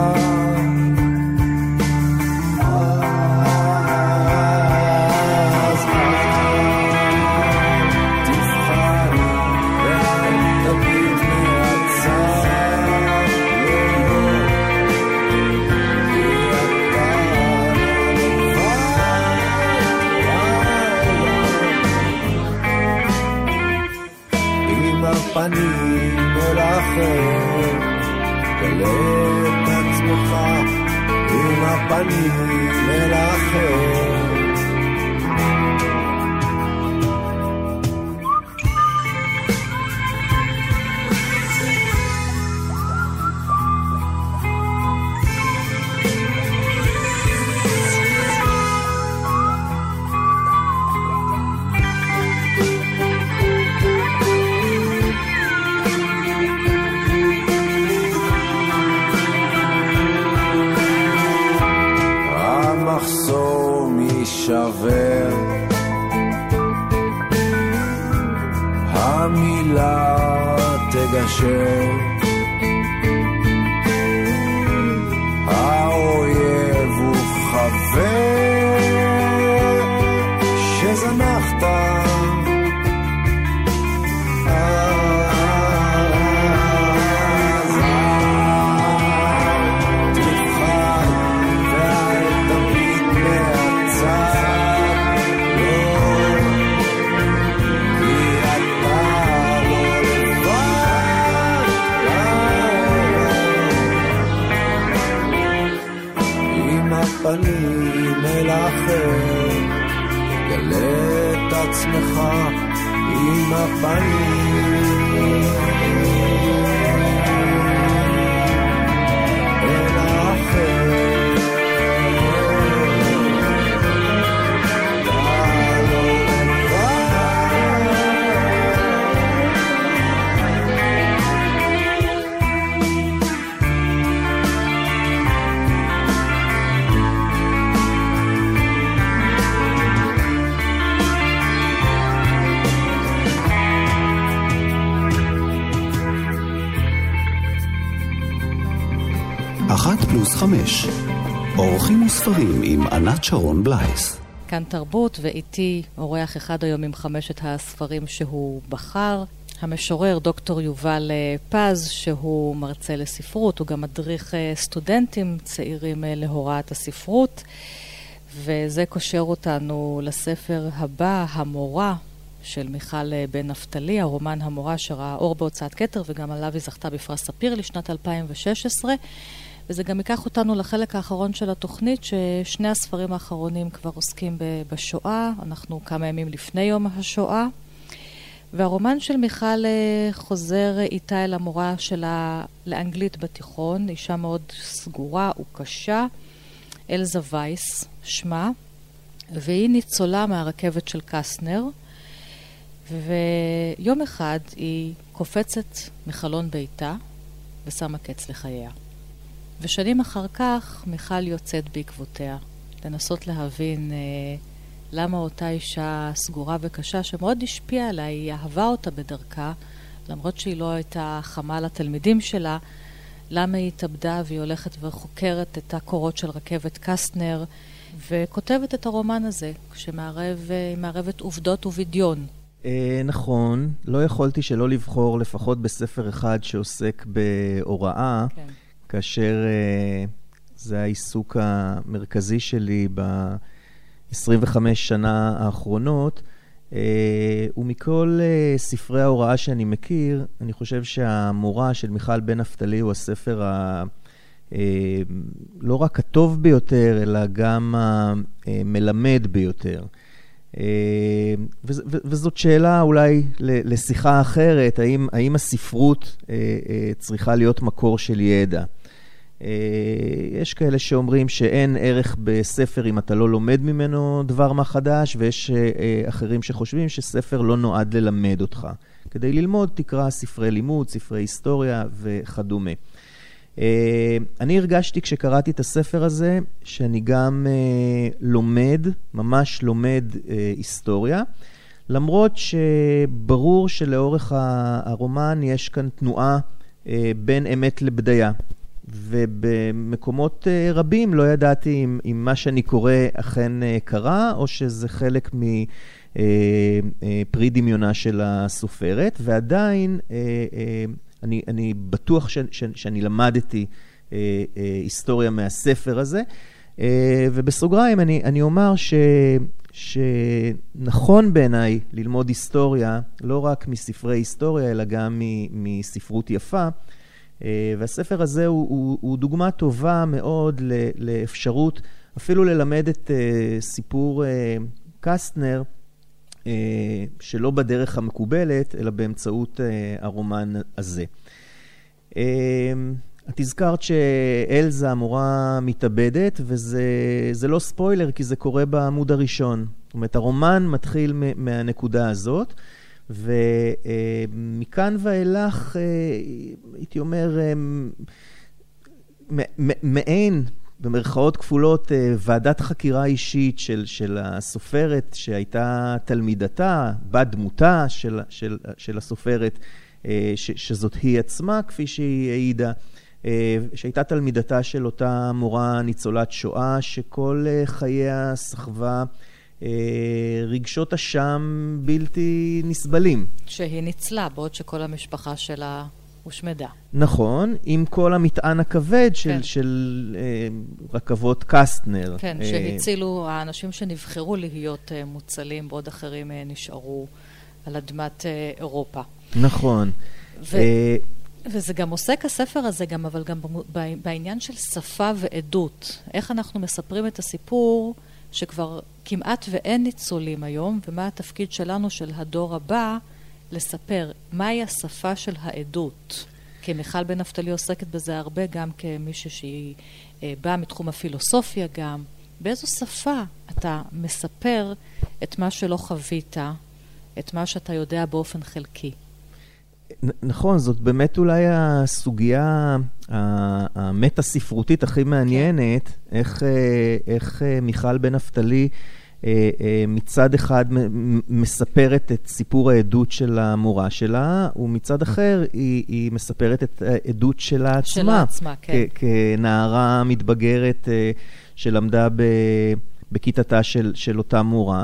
Speaker 4: פנים אל אחר, גלה את עצמך עם הפנים אל אחר. שבר, המילה תגשר, האויב הוא חבר שזנחת. פנים אל אחר, גלה את עצמך עם הפנים אל אחר.
Speaker 5: 1+5 אורחים וספרים עם ענת שרון בלייס.
Speaker 2: כאן תרבות, ואיתי אורח אחד היום עם 5 הספרים שהוא בחר. המשורר דוקטור יובל פז, שהוא מרצה לספרות, הוא גם מדריך סטודנטים צעירים להוראת הספרות, וזה קושר אותנו לספר הבא, המורה, של מיכל בן נפתלי, הרומן המורה שראה אור בהוצאת כתר, וגם עליו היא זכתה בפרס ספיר לשנת 2016, וזה גם ייקח אותנו לחלק האחרון של התוכנית, ששני הספרים האחרונים כבר עוסקים בשואה, אנחנו כמה ימים לפני יום השואה, והרומן של מיכל חוזר איתה אל המורה שלה לאנגלית בתיכון, אישה מאוד סגורה וקשה, אלזה וייס שמה, והיא ניצולה מהרכבת של קסטנר, ויום אחד היא קופצת מחלון ביתה ושמה קץ לחייה. ושנים אחר כך מיכל יוצאת בעקבותיה, לנסות להבין למה אותה אישה סגורה וקשה שמאוד השפיעה עליה, היא אהבה אותה בדרכה, למרות שהיא לא הייתה חמה לתלמידים שלה, למה היא התאבדה והיא הולכת וחוקרת את הקורות של רכבת קסטנר, וכותבת את הרומן הזה, כשמערבת עובדות ובדיון.
Speaker 3: נכון, לא יכולתי שלא לבחור לפחות בספר אחד שעוסק בהוראה, כן. כאשר זה העיסוק המרכזי שלי ב-25 שנה האחרונות, ומכל ספרי ההוראה שאני מכיר, אני חושב שהמורה של מיכל בן נפתלי הוא הספר לא רק הטוב ביותר, אלא גם המלמד ביותר. וזאת שאלה אולי לשיחה אחרת, האם הספרות צריכה להיות מקור של ידע? יש כאלה שאומרים שאין ערך בספר אם אתה לא לומד ממנו דבר מה חדש, ויש אחרים שחושבים שספר לא נועד ללמד אותך. כדי ללמוד תקרא ספרי לימוד, ספרי היסטוריה וכדומה. אני הרגשתי כשקראתי את הספר הזה שאני גם לומד, ממש לומד היסטוריה, למרות שברור שלאורך הרומן יש כאן תנועה בין אמת לבדיה, ובמקומות רבים לא ידעתי אם מה שאני קורא אכן קרה, או שזה חלק מפרי דמיונה של הסופרת, ועדיין אני בטוח שאני למדתי היסטוריה מהספר הזה, ובסוגריים אני אומר שנכון בעיניי ללמוד היסטוריה, לא רק מספרי היסטוריה, אלא גם מספרות יפה, והספר הזה הוא דוגמה טובה מאוד לאפשרות אפילו ללמד את סיפור קסטנר, שלא בדרך המקובלת, אלא באמצעות הרומן הזה. את הזכרת שאלזה המורה מתאבדת, וזה לא ספוילר, כי זה קורה בעמוד הראשון. זאת אומרת, הרומן מתחיל מהנקודה הזאת, ומכאן ואילך, הייתי אומר, מעין, במרכאות כפולות, ועדת חקירה אישית של הסופרת שהייתה תלמידתה, בת דמותה של הסופרת, שזאת היא עצמה, כפי שהיא העידה, שהייתה תלמידתה של אותה מורה ניצולת שואה, שכל חייה סחבה רגשות אשם בלתי נסבלים. שהיא
Speaker 2: ניצלה, בעוד שכל המשפחה שלה הושמדה.
Speaker 3: נכון, עם כל המטען הכבד של רכבות קסטנר.
Speaker 2: כן, שהצילו האנשים שנבחרו להיות מוצלים, בעוד אחרים נשארו על אדמת אירופה.
Speaker 3: נכון.
Speaker 2: וזה גם עוסק הספר הזה, אבל גם בעניין של שפה ועדות. איך אנחנו מספרים את הסיפור שכבר כמעט ואין ניצולים היום, ומה התפקיד שלנו, של הדור הבא, לספר מהי השפה של העדות. כי מיכל בן נפתלי עוסקת בזה הרבה, גם כמישהו שהיא באה מתחום הפילוסופיה גם. באיזו שפה אתה מספר את מה שלא חווית, את מה שאתה יודע באופן חלקי?
Speaker 3: נכון, זאת באמת אולי הסוגיה המטה-ספרותית הכי מעניינת, איך מיכל בן נפתלי מצד אחד מספרת את סיפור העדות של המורה שלה, ומצד אחר היא מספרת את העדות שלה עצמה.
Speaker 2: שלה עצמה, כן.
Speaker 3: כנערה מתבגרת שלמדה בכיתתה של אותה מורה.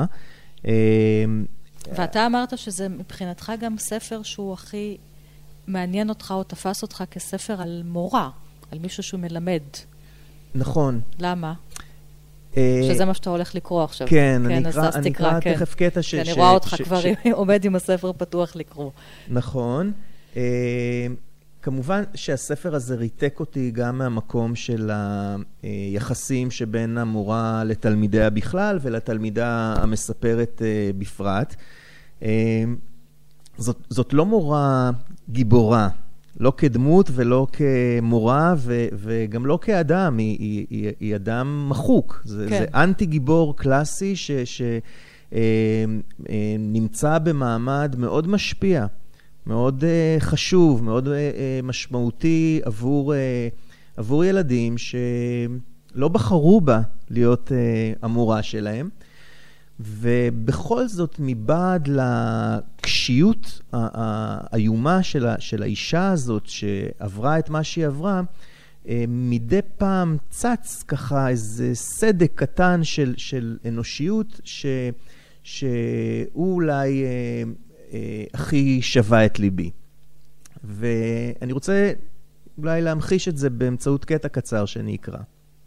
Speaker 2: ואתה אמרת שזה מבחינתך גם ספר שהוא הכי מעניין אותך או תפס אותך כספר על מורה, על מישהו שהוא מלמד.
Speaker 3: נכון.
Speaker 2: למה? שזה מה שאתה הולך לקרוא עכשיו.
Speaker 3: כן, אני אקרא תכף קטע
Speaker 2: אני רואה אותך כבר עומד עם הספר פתוח לקרוא.
Speaker 3: נכון. כמובן שהספר הזה ריתק אותי גם מהמקום של היחסים שבין המורה לתלמידיה בכלל ולתלמידה המספרת בפרט. זאת לא מורה גיבורה, לא כדמות ולא כמורה וגם לא כאדם, היא אדם מחוק. זה אנטי גיבור קלאסי שנמצא במעמד מאוד משפיע. מאוד חשוב, מאוד משמעותי עבור ילדים שלא בחרו בה להיות המורה שלהם. ובכל זאת מבעד לקשיות האיומה של האישה הזאת שעברה את מה שהיא עברה, מדי פעם צץ ככה איזה סדק קטן של אנושיות שהוא אולי הכי שווה את ליבי. ואני רוצה אולי להמחיש את זה באמצעות קטע קצר שאני אקרא.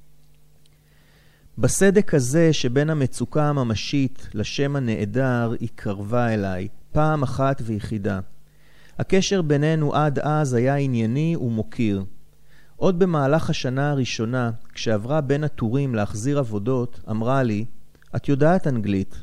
Speaker 3: בסדק הזה שבין המצוקה הממשית לשם הנעדר היא קרבה אליי, פעם אחת ויחידה. הקשר בינינו עד אז היה ענייני ומוקיר. עוד במהלך השנה הראשונה, כשעברה בין הטורים להחזיר עבודות, אמרה לי, את יודעת אנגלית.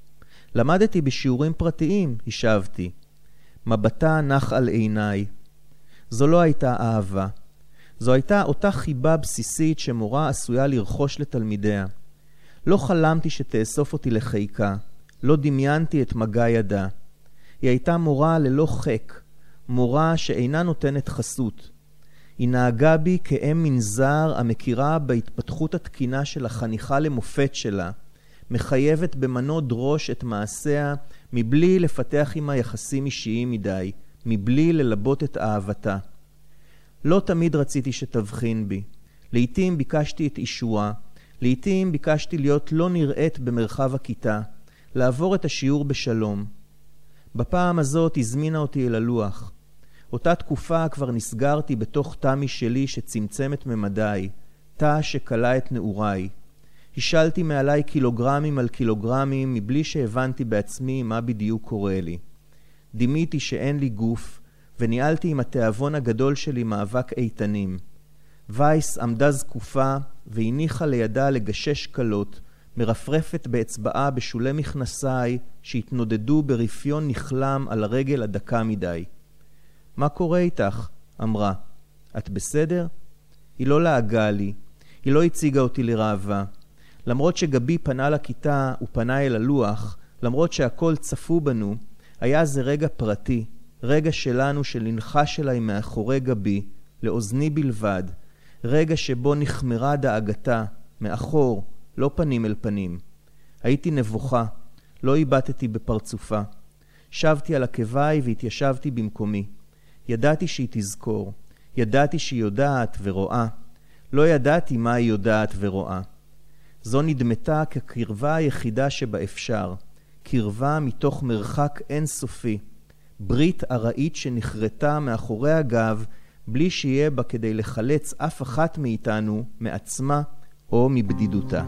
Speaker 3: למדתי בשיעורים פרטיים, השבתי. מבטה נח על עיניי. זו לא הייתה אהבה. זו הייתה אותה חיבה בסיסית שמורה עשויה לרכוש לתלמידיה. לא חלמתי שתאסוף אותי לחיקה. לא דמיינתי את מגע ידה. היא הייתה מורה ללא חק. מורה שאינה נותנת חסות. היא נהגה בי כאם מנזר המכירה בהתפתחות התקינה של החניכה למופת שלה. מחייבת במנות ראש את מעשיה מבלי לפתח עמה יחסים אישיים מדי, מבלי ללבות את אהבתה. לא תמיד רציתי שתבחין בי. לעתים ביקשתי את אישורה, לעתים ביקשתי להיות לא נראית במרחב הכיתה, לעבור את השיעור בשלום. בפעם הזאת הזמינה אותי אל הלוח. אותה תקופה כבר נסגרתי בתוך תא משלי שצמצם את ממדיי, תא שקלה את נעוריי. השלתי מעליי קילוגרמים על קילוגרמים מבלי שהבנתי בעצמי מה בדיוק קורה לי. דימיתי שאין לי גוף, וניהלתי עם התיאבון הגדול שלי מאבק איתנים. וייס עמדה זקופה והניחה לידה לגשש קלות, מרפרפת באצבעה בשולי מכנסיי שהתנודדו ברפיון נכלם על הרגל הדקה מדי. מה קורה איתך? אמרה. את בסדר? היא לא לעגה לי, היא לא הציגה אותי לראווה. למרות שגבי פנה לכיתה ופנה אל הלוח, למרות שהכל צפו בנו, היה זה רגע פרטי, רגע שלנו שלנחש אליי מאחורי גבי, לאוזני בלבד, רגע שבו נחמרה דאגתה, מאחור, לא פנים אל פנים. הייתי נבוכה, לא איבדתי בפרצופה. שבתי על עקביי והתיישבתי במקומי. ידעתי שהיא תזכור, ידעתי שהיא יודעת ורואה. לא ידעתי מה היא יודעת ורואה. זו נדמתה כקרבה היחידה שבאפשר, קרבה מתוך מרחק אינסופי, ברית ארעית שנחרטה מאחורי הגב, בלי שיהיה בה כדי לחלץ אף אחת מאיתנו מעצמה או מבדידותה.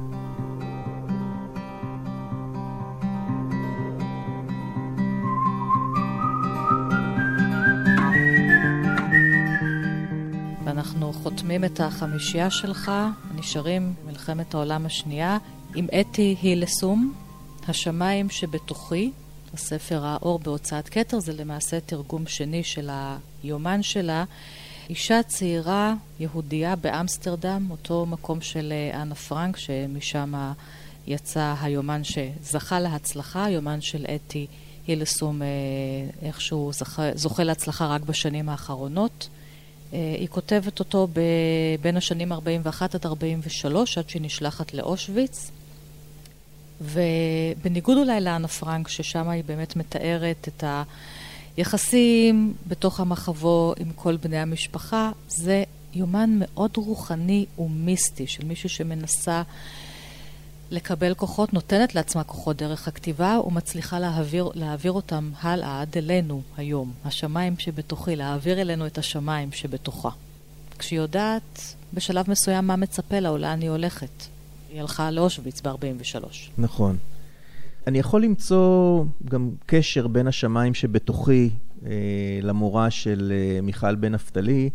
Speaker 2: ואנחנו חותמים את החמישייה שלך, נשארים מלחמת העולם השנייה, עם אתי הילסום, השמיים שבתוכי, הספר האור בהוצאת כתר, זה למעשה תרגום שני של היומן שלה. אישה צעירה יהודייה באמסטרדם, אותו מקום של אנה פרנק, שמשם יצא היומן שזכה להצלחה, היומן של אתי הילסום איכשהו זוכה להצלחה רק בשנים האחרונות. היא כותבת אותו בין השנים 41 עד 43, עד שהיא נשלחת לאושוויץ. ובניגוד אולי לאנה פרנק, ששם היא באמת מתארת את היחסים בתוך המחבוא עם כל בני המשפחה, זה יומן מאוד רוחני ומיסטי של מישהו שמנסה לקבל כוחות, נותנת לעצמה כוחות דרך הכתיבה ומצליחה להעביר אותם הלאה עד אלינו היום, השמיים שבתוכי, להעביר אלינו את השמיים שבתוכה. כשהיא יודעת בשלב מסוים מה מצפה לה או לאן היא הולכת. היא הלכה לאושוויץ ב-43.
Speaker 3: נכון. אני יכול למצוא גם קשר בין השמיים שבתוכי למורה של מיכל בן נפתלי,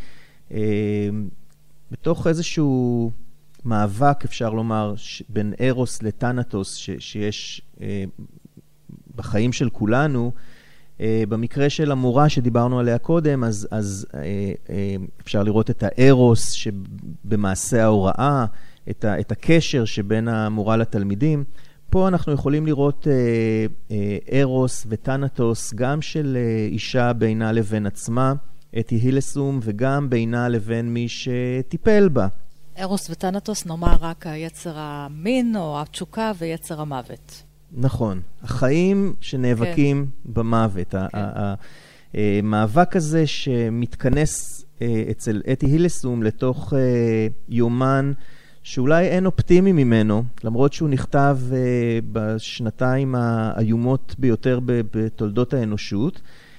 Speaker 3: בתוך איזשהו מאבק, אפשר לומר, בין ארוס לטנטוס שיש בחיים של כולנו. במקרה של המורה שדיברנו עליה קודם, אז אפשר לראות את הארוס שבמעשה ההוראה, את הקשר שבין המורה לתלמידים. פה אנחנו יכולים לראות ארוס וטנטוס, גם של אישה בינה לבין עצמה, אתי הילסום, וגם בינה לבין מי שטיפל בה.
Speaker 2: ארוס וטנטוס נאמר רק היצר המין או התשוקה ויצר המוות.
Speaker 3: נכון. החיים שנאבקים במוות. המאבק הזה שמתכנס אצל אתי הילסום לתוך יומן שאולי אין אופטימי ממנו, למרות שהוא נכתב בשנתיים האיומות ביותר בתולדות האנושות.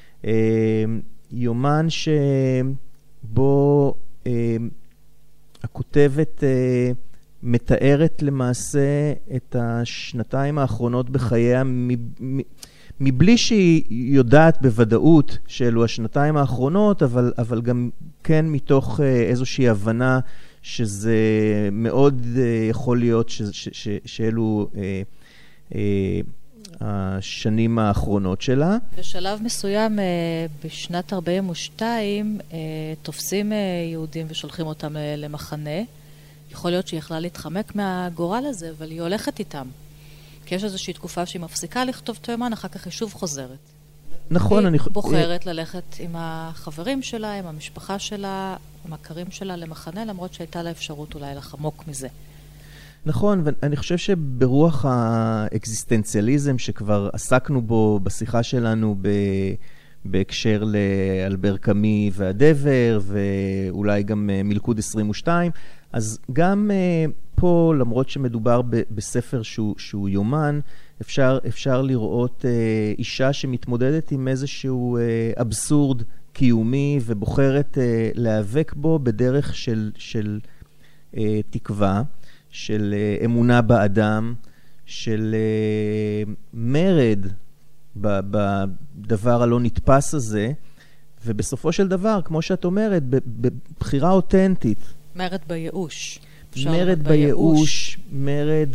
Speaker 3: יומן שבו הכותבת מתארת למעשה את השנתיים האחרונות בחייה מבלי שהיא יודעת בוודאות שאלו השנתיים האחרונות, אבל גם כן מתוך איזושהי הבנה שזה מאוד יכול להיות שאלו השנים האחרונות שלה.
Speaker 2: בשלב מסוים, בשנת 42, תופסים יהודים ושולחים אותם למחנה. יכול להיות שהיא יכלה להתחמק מהגורל הזה, אבל היא הולכת איתם. כי יש איזושהי תקופה שהיא מפסיקה לכתוב את היומן, אחר כך היא שוב חוזרת.
Speaker 3: נכון,
Speaker 2: היא בוחרת ללכת עם החברים שלה, עם המשפחה שלה, עם הכרים שלה למחנה, למרות שהייתה לה אפשרות אולי לחמוק מזה.
Speaker 3: נכון, ואני חושב שברוח האקזיסטנציאליזם שכבר עסקנו בו בשיחה שלנו בהקשר לאלבר קאמי והדבר, ואולי גם מלכוד 22, אז גם פה, למרות שמדובר בספר שהוא יומן, אפשר לראות אישה שמתמודדת עם איזשהו אבסורד קיומי, ובוחרת להיאבק בו בדרך של תקווה, של אמונה באדם, של מרד בדבר הלא נתפס הזה, ובסופו של דבר, כמו שאת אומרת, בבחירה אותנטית.
Speaker 2: מרד בייאוש.
Speaker 3: מרד בייאוש, מרד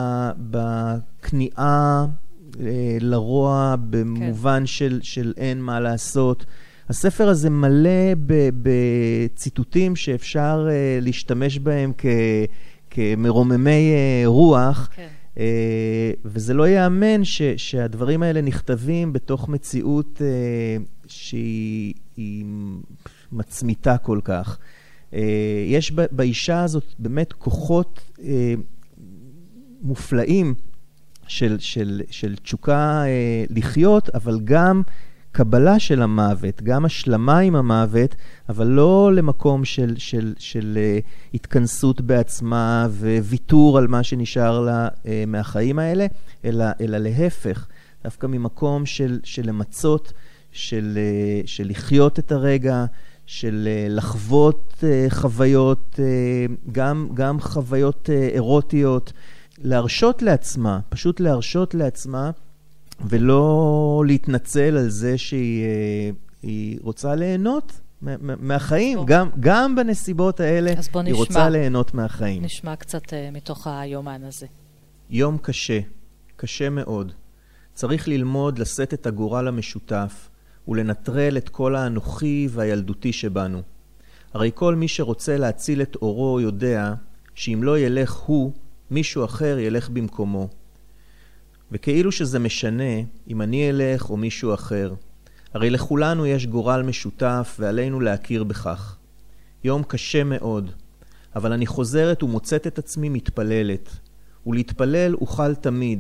Speaker 3: בכניעה לרוע, במובן של אין מה לעשות. הספר הזה מלא בציטוטים שאפשר להשתמש בהם כמרוממי רוח, כן. וזה לא יאמן שהדברים האלה נכתבים בתוך מציאות שהיא מצמיתה כל כך. יש באישה הזאת באמת כוחות מופלאים של תשוקה לחיות, אבל גם קבלה של המוות, גם השלמה עם המוות, אבל לא למקום של התכנסות בעצמה וויתור על מה שנשאר לה מהחיים האלה, אלא להפך, דווקא ממקום של למצות, של לחיות את הרגע, של לחוות חוויות, גם חוויות אירוטיות, להרשות לעצמה, פשוט להרשות לעצמה, ולא להתנצל על זה שהיא רוצה ליהנות מהחיים. גם בנסיבות האלה היא רוצה ליהנות מהחיים.
Speaker 2: נשמע קצת מתוך היומן הזה.
Speaker 3: יום קשה, קשה מאוד. צריך ללמוד לשאת את הגורל המשותף, ולנטרל את כל האנוכי והילדותי שבנו. הרי כל מי שרוצה להציל את אורו יודע שאם לא ילך הוא, מישהו אחר ילך במקומו. וכאילו שזה משנה אם אני אלך או מישהו אחר. הרי לכולנו יש גורל משותף ועלינו להכיר בכך. יום קשה מאוד, אבל אני חוזרת ומוצאת את עצמי מתפללת. ולהתפלל אוכל תמיד,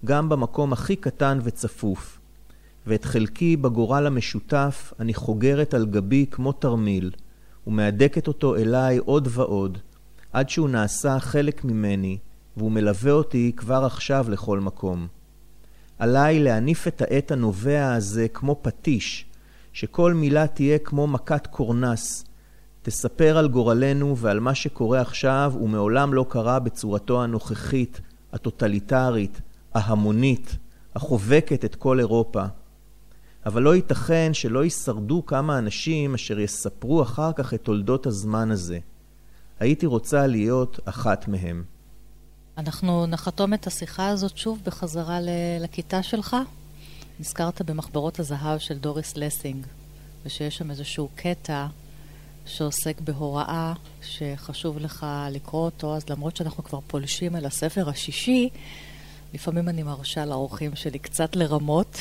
Speaker 3: גם במקום הכי קטן וצפוף. ואת חלקי בגורל המשותף אני חוגרת על גבי כמו תרמיל, ומהדקת אותו אליי עוד ועוד, עד שהוא נעשה חלק ממני, והוא מלווה אותי כבר עכשיו לכל מקום. עליי להניף את העת הנובע הזה כמו פטיש, שכל מילה תהיה כמו מכת קורנס, תספר על גורלנו ועל מה שקורה עכשיו ומעולם לא קרה בצורתו הנוכחית, הטוטליטרית, ההמונית, החובקת את כל אירופה. אבל לא ייתכן שלא ישרדו כמה אנשים אשר יספרו אחר כך את תולדות הזמן הזה. הייתי רוצה להיות אחת מהם.
Speaker 2: אנחנו נחתום את השיחה הזאת שוב בחזרה לכיתה שלך. נזכרת במחברות הזהב של דוריס לסינג, ושיש שם איזשהו קטע שעוסק בהוראה שחשוב לך לקרוא אותו, אז למרות שאנחנו כבר פולשים אל הספר השישי, לפעמים אני מרשה לאורחים שלי קצת לרמות.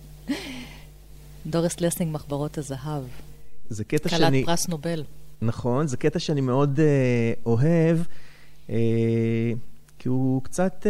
Speaker 2: דוריס לסינג, מחברות הזהב.
Speaker 3: זה קטע
Speaker 2: כלת פרס נובל.
Speaker 3: נכון, זה קטע שאני מאוד אוהב, כי הוא קצת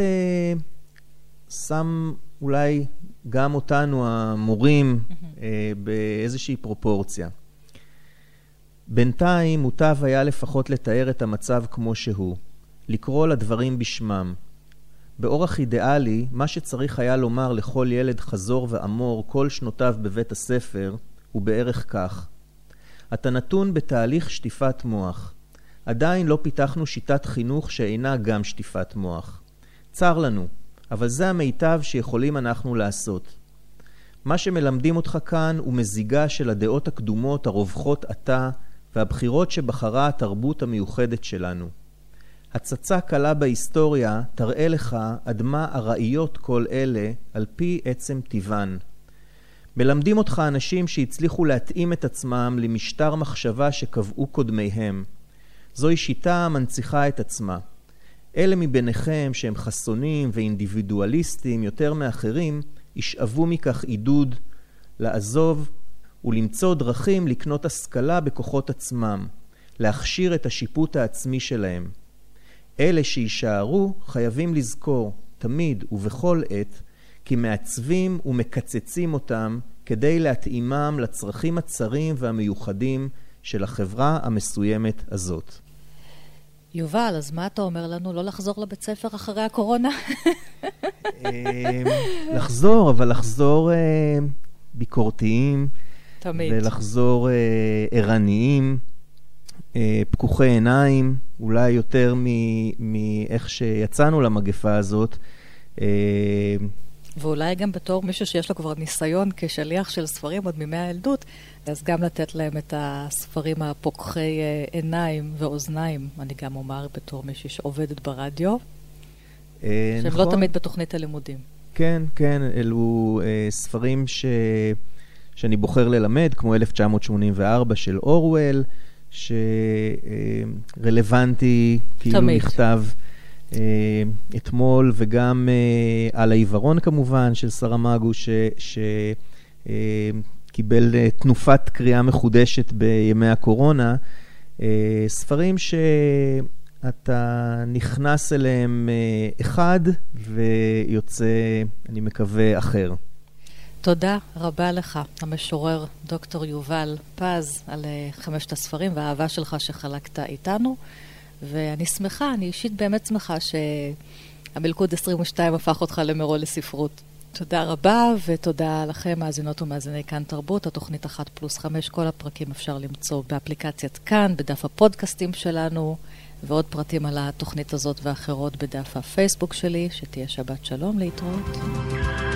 Speaker 3: שם אולי גם אותנו, המורים, באיזושהי פרופורציה. בינתיים מוטב היה לפחות לתאר את המצב כמו שהוא, לקרוא לדברים בשמם. באורח אידיאלי, מה שצריך היה לומר לכל ילד חזור ואמור כל שנותיו בבית הספר, הוא בערך כך. אתה נתון בתהליך שטיפת מוח. עדיין לא פיתחנו שיטת חינוך שאינה גם שטיפת מוח. צר לנו, אבל זה המיטב שיכולים אנחנו לעשות. מה שמלמדים אותך כאן הוא מזיגה של הדעות הקדומות הרווחות עתה והבחירות שבחרה התרבות המיוחדת שלנו. הצצה קלה בהיסטוריה תראה לך עד מה הראיות כל אלה על פי עצם טבען. מלמדים אותך אנשים שהצליחו להתאים את עצמם למשטר מחשבה שקבעו קודמיהם. זוהי שיטה מנציחה את עצמה. אלה מביניכם שהם חסונים ואינדיבידואליסטים יותר מאחרים, ישאבו מכך עידוד, לעזוב ולמצוא דרכים לקנות השכלה בכוחות עצמם, להכשיר את השיפוט העצמי שלהם. אלה שישארו חייבים לזכור, תמיד ובכל עת, כי מעצבים ומקצצים אותם כדי להתאימם לצרכים הצרים והמיוחדים של החברה המסוימת הזאת.
Speaker 2: יובל, אז מה אתה אומר לנו? לא לחזור לבית ספר אחרי הקורונה?
Speaker 3: לחזור, אבל לחזור ביקורתיים.
Speaker 2: תמיד.
Speaker 3: ולחזור ערניים, פקוחי עיניים, אולי יותר מאיך שיצאנו למגפה הזאת.
Speaker 2: ואולי גם בתור מישהו שיש לו כבר ניסיון כשליח של ספרים עוד מימי הילדות, אז גם לתת להם את הספרים הפוקחי עיניים ואוזניים, אני גם אומר בתור מישהי שעובדת ברדיו, שהם
Speaker 3: נכון.
Speaker 2: לא תמיד בתוכנית הלימודים. כן,
Speaker 3: כן, אלו ספרים שאני בוחר ללמד, כמו 1984 של אורוול, שרלוונטי כאילו תמיד. נכתב אתמול, וגם על העיוורון כמובן של סרמגו, שקיבל תנופת קריאה מחודשת בימי הקורונה. ספרים שאתה נכנס אליהם אחד ויוצא, אני מקווה, אחר.
Speaker 2: תודה רבה לך, המשורר דוקטור יובל פז, על 5 הספרים והאהבה שלך שחלקת איתנו. ואני שמחה, אני אישית באמת שמחה שהמלכוד 22 הפך אותך למרוא לספרות. תודה רבה, ותודה לכם, מאזינות ומאזיני כאן תרבות, התוכנית 1+5, כל הפרקים אפשר למצוא באפליקציית כאן, בדף הפודקאסטים שלנו, ועוד פרטים על התוכנית הזאת ואחרות בדף הפייסבוק שלי. שתהיה שבת שלום, להתראות.